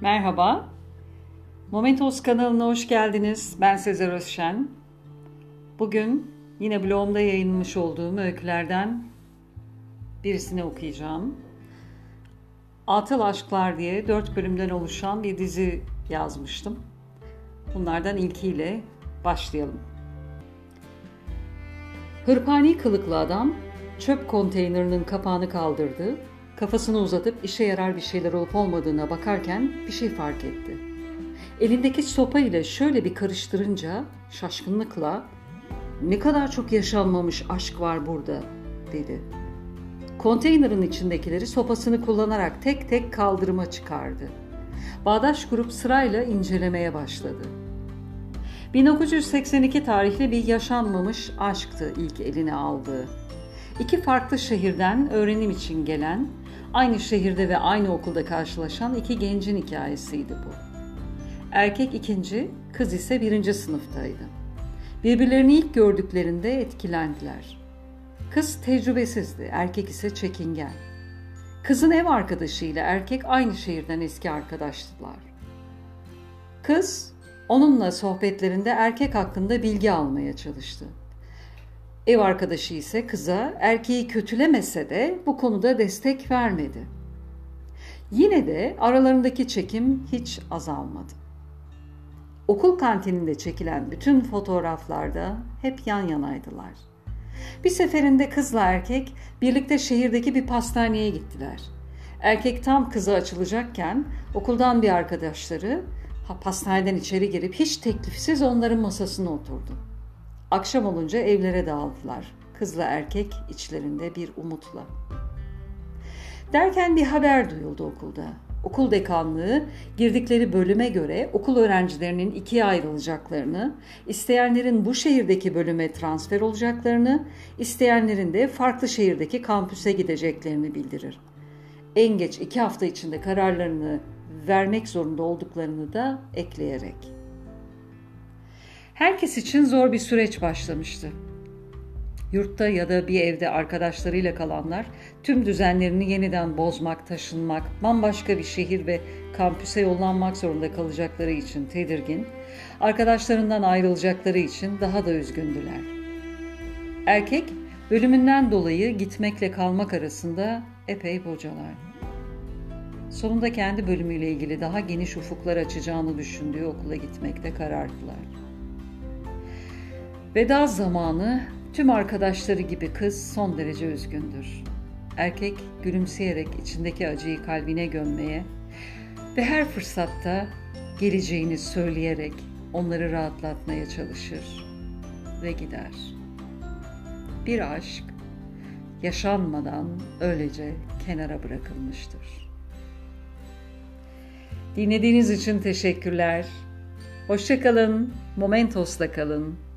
Merhaba, Momentos kanalına hoş geldiniz. Ben Sezer Özşen. Bugün yine blogumda yayınlamış olduğum öykülerden birisini okuyacağım. Atıl Aşklar diye 4 bölümden oluşan bir dizi yazmıştım. Bunlardan ilkiyle başlayalım. Hırpani kılıklı adam çöp konteynerinin kapağını kaldırdı. Kafasını uzatıp işe yarar bir şeyler olup olmadığına bakarken bir şey fark etti. Elindeki sopa ile şöyle bir karıştırınca şaşkınlıkla "Ne kadar çok yaşanmamış aşk var burada," dedi. Konteynerin içindekileri sopasını kullanarak tek tek kaldırıma çıkardı. Bağdaş kurup sırayla incelemeye başladı. 1982 tarihli bir yaşanmamış aşktı ilk eline aldığı. İki farklı şehirden öğrenim için gelen, aynı şehirde ve aynı okulda karşılaşan iki gencin hikayesiydi bu. Erkek ikinci, kız ise birinci sınıftaydı. Birbirlerini ilk gördüklerinde etkilendiler. Kız tecrübesizdi, erkek ise çekingen. Kızın ev arkadaşıyla erkek aynı şehirden eski arkadaştılar. Kız, onunla sohbetlerinde erkek hakkında bilgi almaya çalıştı. Ev arkadaşı ise kıza erkeği kötülemese de bu konuda destek vermedi. Yine de aralarındaki çekim hiç azalmadı. Okul kantininde çekilen bütün fotoğraflarda hep yan yanaydılar. Bir seferinde kızla erkek birlikte şehirdeki bir pastaneye gittiler. Erkek tam kıza açılacakken okuldan bir arkadaşları pastaneden içeri girip hiç teklifsiz onların masasına oturdu. Akşam olunca evlere dağıldılar. Kızla erkek içlerinde bir umutla. Derken bir haber duyuldu okulda. Okul dekanlığı girdikleri bölüme göre okul öğrencilerinin ikiye ayrılacaklarını, isteyenlerin bu şehirdeki bölüme transfer olacaklarını, isteyenlerin de farklı şehirdeki kampüse gideceklerini bildirir. En geç 2 hafta içinde kararlarını vermek zorunda olduklarını da ekleyerek. Herkes için zor bir süreç başlamıştı. Yurtta ya da bir evde arkadaşlarıyla kalanlar tüm düzenlerini yeniden bozmak, taşınmak, bambaşka bir şehir ve kampüse yollanmak zorunda kalacakları için tedirgin, arkadaşlarından ayrılacakları için daha da üzgündüler. Erkek, bölümünden dolayı gitmekle kalmak arasında epey bocalar. Sonunda kendi bölümüyle ilgili daha geniş ufuklar açacağını düşündüğü okula gitmekte kararlılar. Veda zamanı tüm arkadaşları gibi kız son derece üzgündür. Erkek gülümseyerek içindeki acıyı kalbine gömmeye ve her fırsatta geleceğini söyleyerek onları rahatlatmaya çalışır ve gider. Bir aşk yaşanmadan öylece kenara bırakılmıştır. Dinlediğiniz için teşekkürler. Hoşça kalın, Momentos'la kalın.